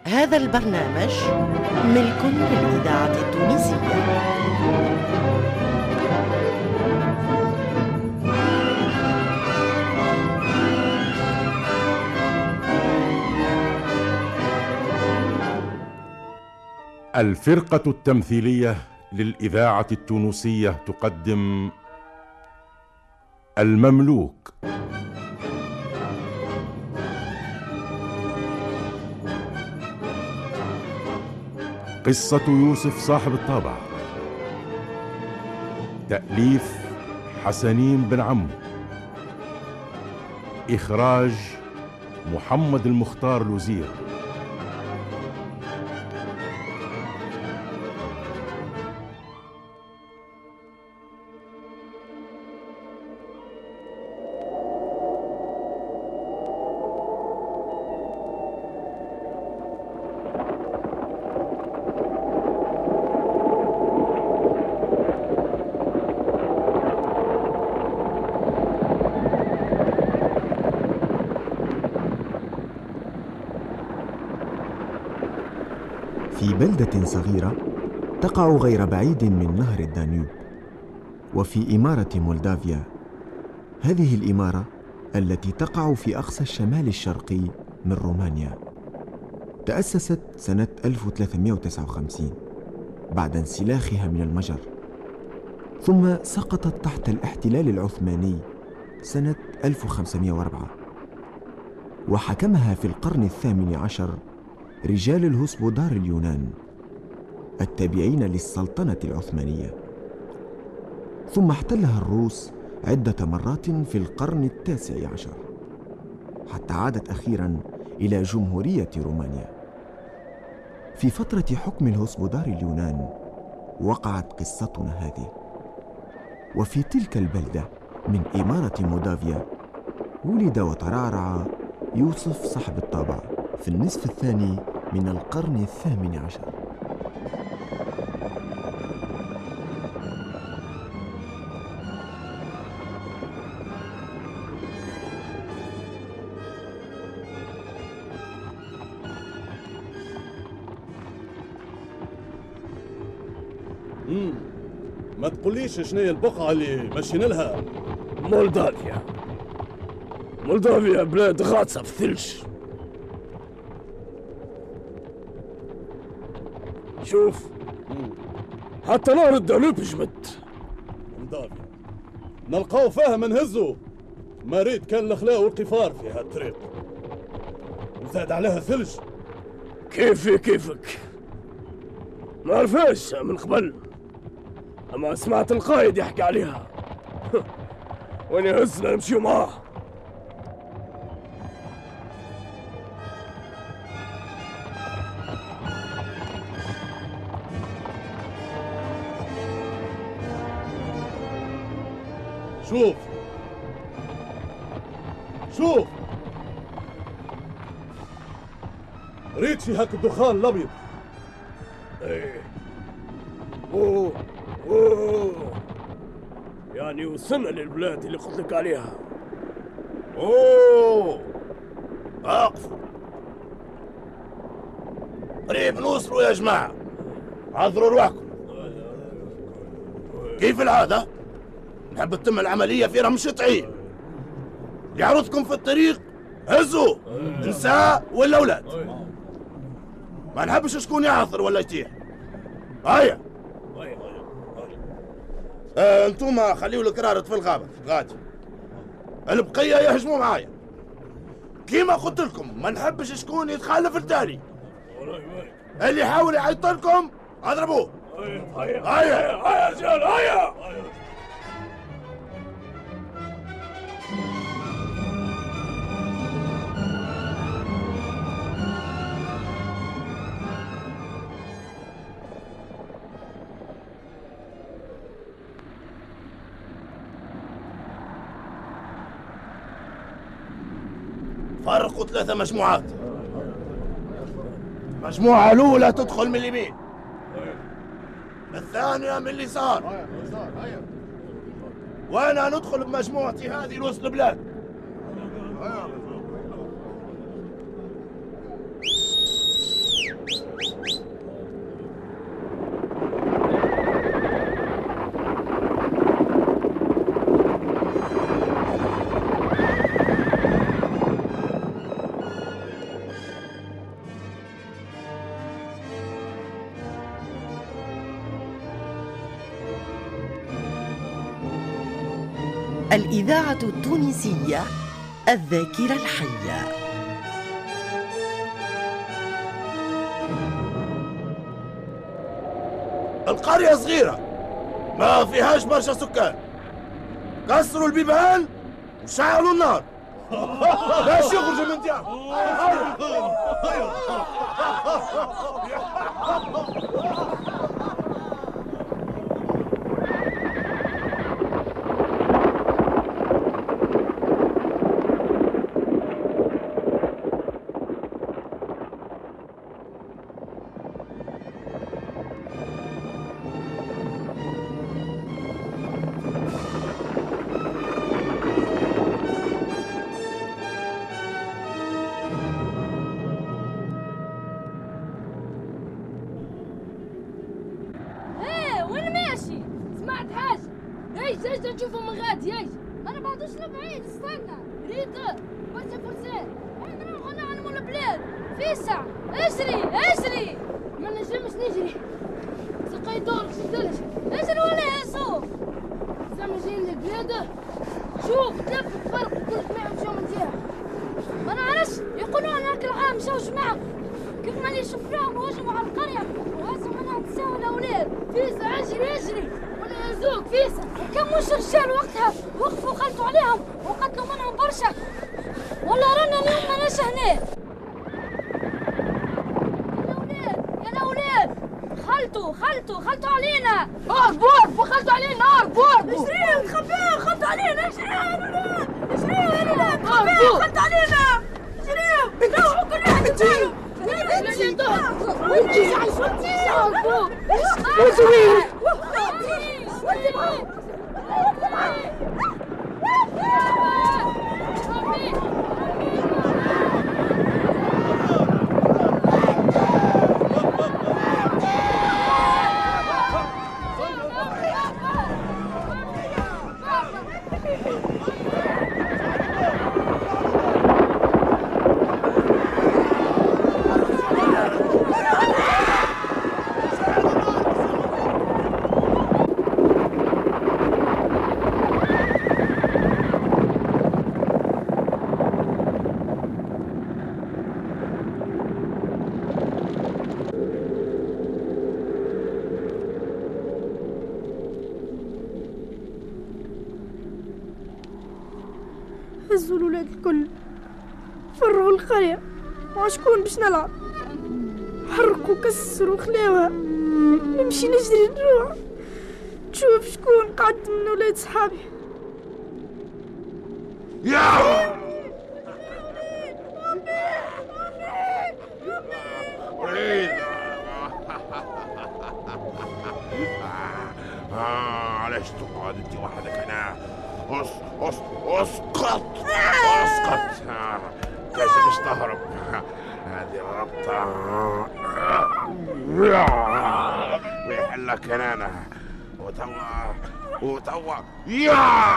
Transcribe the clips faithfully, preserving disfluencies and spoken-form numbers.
هذا البرنامج ملك للإذاعة التونسية. الفرقة التمثيلية للإذاعة التونسية تقدم المملوك. قصة يوسف صاحب الطابع، تأليف حسنين بن عمو، إخراج محمد المختار لوزير. في بلدة صغيرة تقع غير بعيد من نهر الدانيوب، وفي إمارة مولدافيا. هذه الإمارة التي تقع في أقصى الشمال الشرقي من رومانيا تأسست سنة ألف وثلاثمائة وتسعة وخمسين بعد انسلاخها من المجر، ثم سقطت تحت الاحتلال العثماني سنة ألف وخمسمائة وأربعة، وحكمها في القرن الثامن عشر رجال الهسبودار اليونان التابعين للسلطنة العثمانية، ثم احتلها الروس عدة مرات في القرن التاسع عشر حتى عادت أخيرا إلى جمهورية رومانيا. في فترة حكم الهسبودار اليونان وقعت قصتنا هذه، وفي تلك البلدة من إمارة مولدافيا ولد وترعرع يوسف صاحب الطابع في النصف الثاني من القرن الثامن عشر. امم ما تقوليش شنو هي البقعة اللي مشينا لها؟ مولدافيا. مولدافيا بلاد غاصة في الثلج. شوف، حتى نهر الدانوب جمد. مولدافيا نلقاو فيها ما نهزو، ما ريت كان الخلاء والقفار في هالطريق، وزاد عليها ثلج. كيفي كيفك، ما عرفاش من قبل، اما سمعت القايد يحكي عليها وين يهزنا نمشيو معاه. شوف شوف ريت في هاك الدخان الابيض. ايه اوه اوه يعني وصلنا للبلاد اللي قلت لك عليها. اوه اقفوا، قريب نوصلوا يا جماعة، عذروا رواحكم. كيف العادة نحب تتم العملية في رمش طعيم، يعرضكم في الطريق هزوا نساء ولا أولاد، ما نحبش شكون يعثر ولا يطيح. هيا آه انتوما خليوا الكرارة في الغابة غادي، البقية يهجموا معايا. كيما قلت لكم ما نحبش شكون يتخلف التالي، اللي يحاول يعطلكم اضربوه. هيا هيا هيا رجال هيا. فرقوا ثلاثة مجموعات، المجموعة الأولى تدخل من اليمين، الثانية من اليسار، وأنا ندخل بمجموعتي هذه لوسط البلاد. الإذاعة التونسية الذاكرة الحية. القرية صغيرة ما فيهاش برشا سكان، كسروا البيبان وشعلوا النار باش يخرجوا من ديارهم. نشوفه من غادي ياي انا بعدوش لبعيد استنى ريت برشا فرسان انا نروح نعلموا البلاد فيسع اجري اجري ما نجمش نجري سقي دور شدلش اجري ولا ياسو زعما جايين للبلاد شوف تلف فرق كل جماعه مشاو من جهه ما نعرفش يقولون هاك العام مشاو جماعه كيف ماني شفناهم وهجموا على القريه وهزوا منها نساء والاولاد فيسع اجري اجري زوق فيسا كم مش رجال وقتها وقفوا خلطوا عليهم وقتلوا منهم برشا والله رانا اليوم ماناش هنا. يا الاولاد يا الاولاد خلطوا خلطوا خلطوا علينا هربوا هربوا خلطوا علينا هربوا هربوا اشريوا خبيوا خلطوا علينا اشريوا يا الاولاد اشريوا يا الاولاد خبيوا خلطوا علينا اشريوا روحوا كل واحد يديروا انتي انتي عايشوتي هربوا وزوين هزوا الولاد الكل فروا القرية وعشكون باش نلعب حرقوا كسروا خلاوها نمشي نجري نروح تشوف شكون قعد من ولاد صحابي يا علاش تقعد انت وحدك هنا؟ أس أس اسقط اسقط لازم مش تهرب هذه الربطة ويحلك هنا وتوا وتوا يا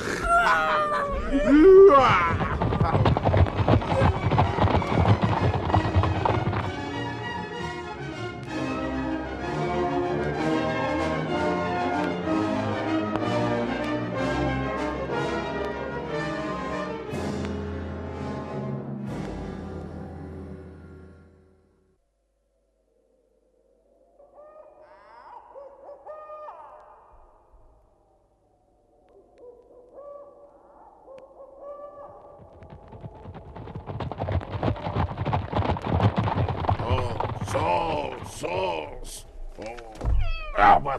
صوص اهبط.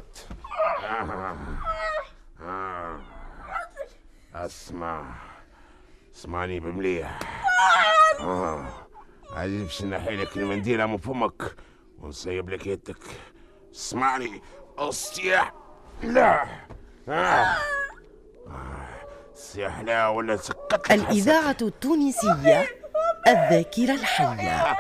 اسمع اسمعني بمليح. عايز باش نحي لك المنديله من فمك ونصيب لك يدك. اسمعني الصياح لا الصياح لا ولا سكت. الإذاعة التونسية الذاكرة الحية.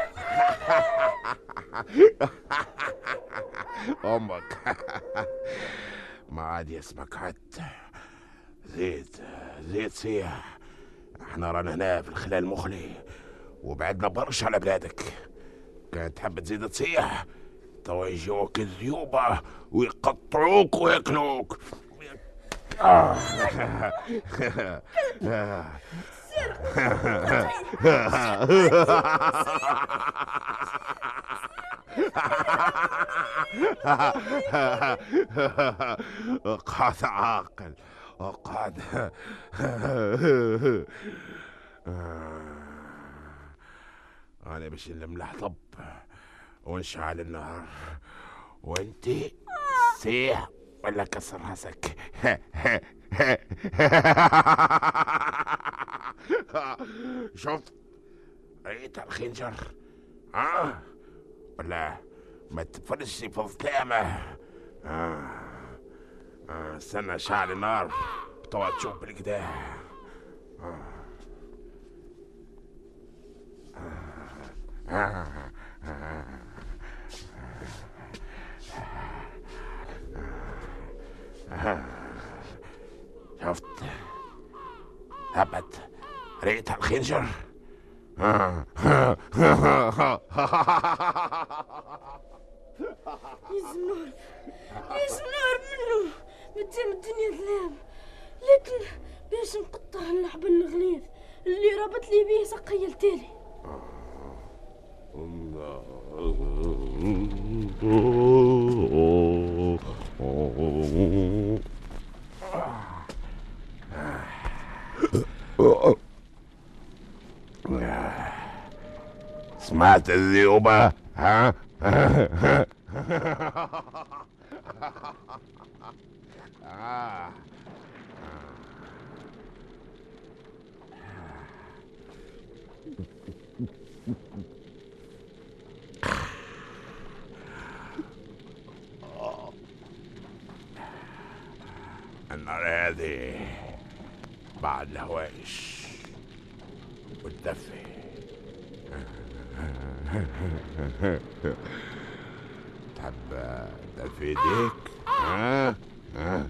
أمك ما عاد يسمك حتى. زيد زيد صيح. احنا رانا هنا في الخلال المخلي وبعدنا برشا على بلادك. كان تحب تزيد تصيح توا يجيوك الذيوبة ويقطعوك وياكلوك. اقعد عاقل اقعد. انا باش نلم الحطب ونشعل النهار وانتي سيح ولا كسر راسك. شفت ريت الخنجر ها ولا ما تفرش في الظلامة. آه. آه. استنى شعل النار تقعد تشوف بالكدا. آه. آه. آه. آه. شفت هبت ريت الخنجر. يا زنور يا زنور منه مدام الدنيا ظلام، لكن باش نقطع اللعبة الغليظ اللي ربط لي بيه سقيل تالي. سمعت الذئوبة ها؟ آه. النار هذه بعد الهوايش والدفء. تحب دفي ايديك؟ ها؟ ها؟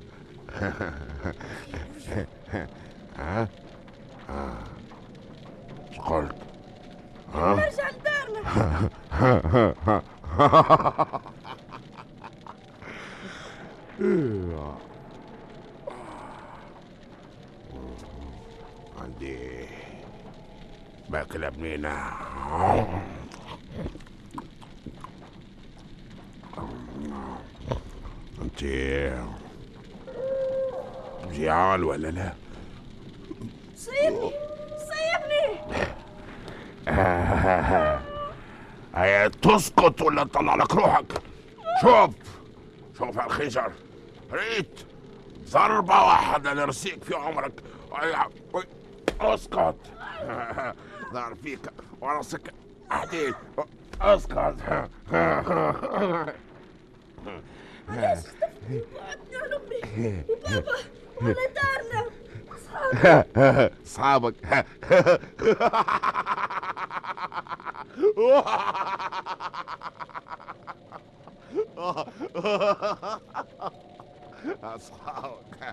ها؟ ها؟ ايش قلت؟ ها؟ نرجع لدارنا. عندي ماكلة بنينة. انتي جيعان ولا لا؟ صيبني صيبني. هيا تسقط ولا تطلع لك روحك. شوف شوف الخنجر ريت ضربة واحدة نرسيك في عمرك. اسقط. ظهر فيك وراسك حديد. اسقط. علاش وعدني على امي وبابا وعلى دارنا صحابك. اصحابك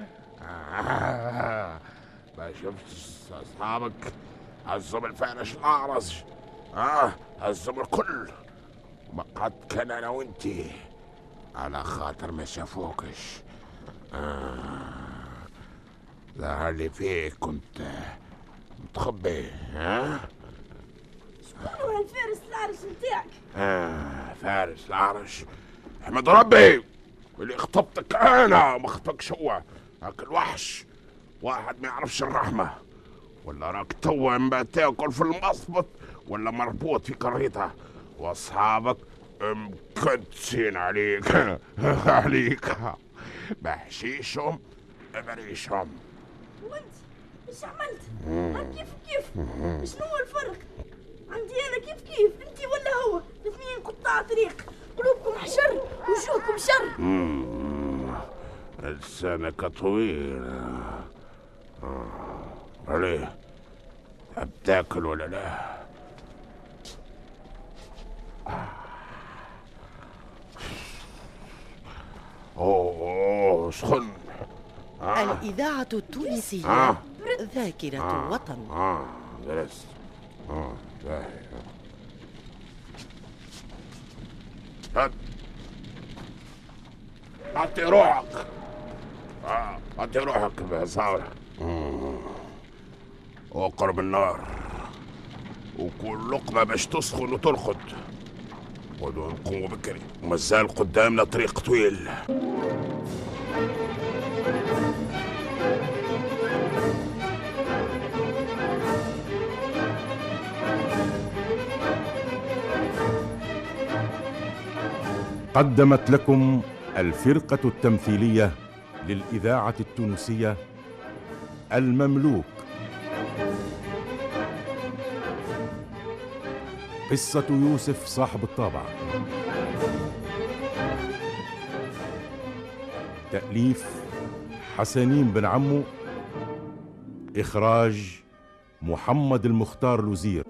ما شفتش اصحابك هزم الفارش الاعرج. اه هزم الكل وقد كان انا وانتي على خاطر ما شافوكش. آه. ظهر لي فيك كنت متخبي. ها؟ شكون هو الفارس العرش نتاعك؟ آه فارس العرش احمد ربي اللي خطبتك انا ما خطبكش هو. هاك الوحش واحد ما يعرفش الرحمة، ولا راك توا ما تاكل في المصبط ولا مربوط في كريطة واصحابك مكدسين عليك. عليك بحشيشهم بريشهم. وانت ايش عملت؟ ها كيف كيف؟ شنو هو الفرق؟ عندي انا كيف كيف انت ولا هو؟ الاثنين قطاع طريق، قلوبكم حشر وجوهكم شر. لسانك طويل. عليه بتاكل ولا لا؟ اوه سخن. آه. الإذاعة التونسية آه. ذاكرة آه. وطن. اه درست. اه باهي. هات اعطي روحك آه، أعطي روحك بهزارة. اقرب النار وكل لقمة باش تسخن وترخد. خذوا نقوموا بكري، ومازال قدامنا طريق طويل. قدمت لكم الفرقة التمثيلية للإذاعة التونسية المملوك، قصة يوسف صاحب الطابعة. تأليف حسنين بن عمو. إخراج محمد المختار لوزير.